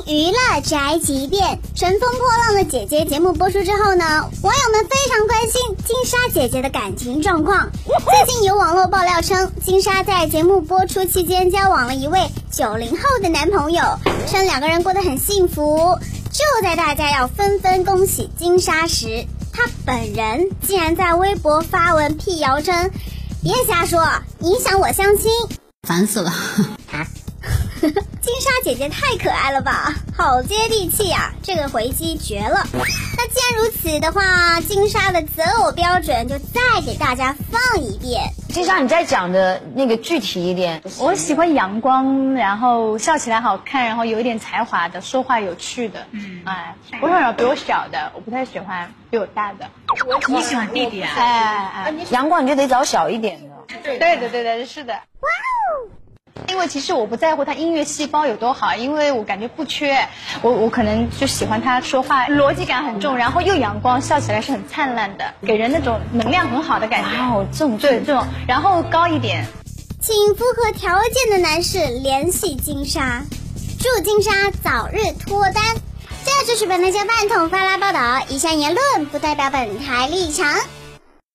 娱乐宅急便，乘风破浪的姐姐节目播出之后呢，网友们非常关心金莎姐姐的感情状况。最近有网络爆料称，金莎在节目播出期间交往了一位90后的男朋友，称两个人过得很幸福。就在大家要纷纷恭喜金莎时，她本人竟然在微博发文辟谣称，别瞎说，影响我相亲， 烦死了。 金莎姐姐太可爱了吧，好接地气呀，这个回击绝了。那既然如此的话，金莎的择偶标准就再给大家放一遍。 金莎，你再讲的那个具体一点。 我喜欢阳光，然后笑起来好看，然后有一点才华的，说话有趣的。不会有比我小的，我不太喜欢比我大的。 你喜欢弟弟啊？ 阳光你就得找小一点的。 对，是的。因为其实我不在乎他音乐细胞有多好，因为我感觉不缺，我可能就喜欢他说话逻辑感很重，然后又阳光，笑起来是很灿烂的，给人那种能量很好的感觉。 哦，这种， 然后高一点。 请符合条件的男士联系金莎，祝金莎早日脱单。这就是本台饭桶发拉报道，以上言论不代表本台立场。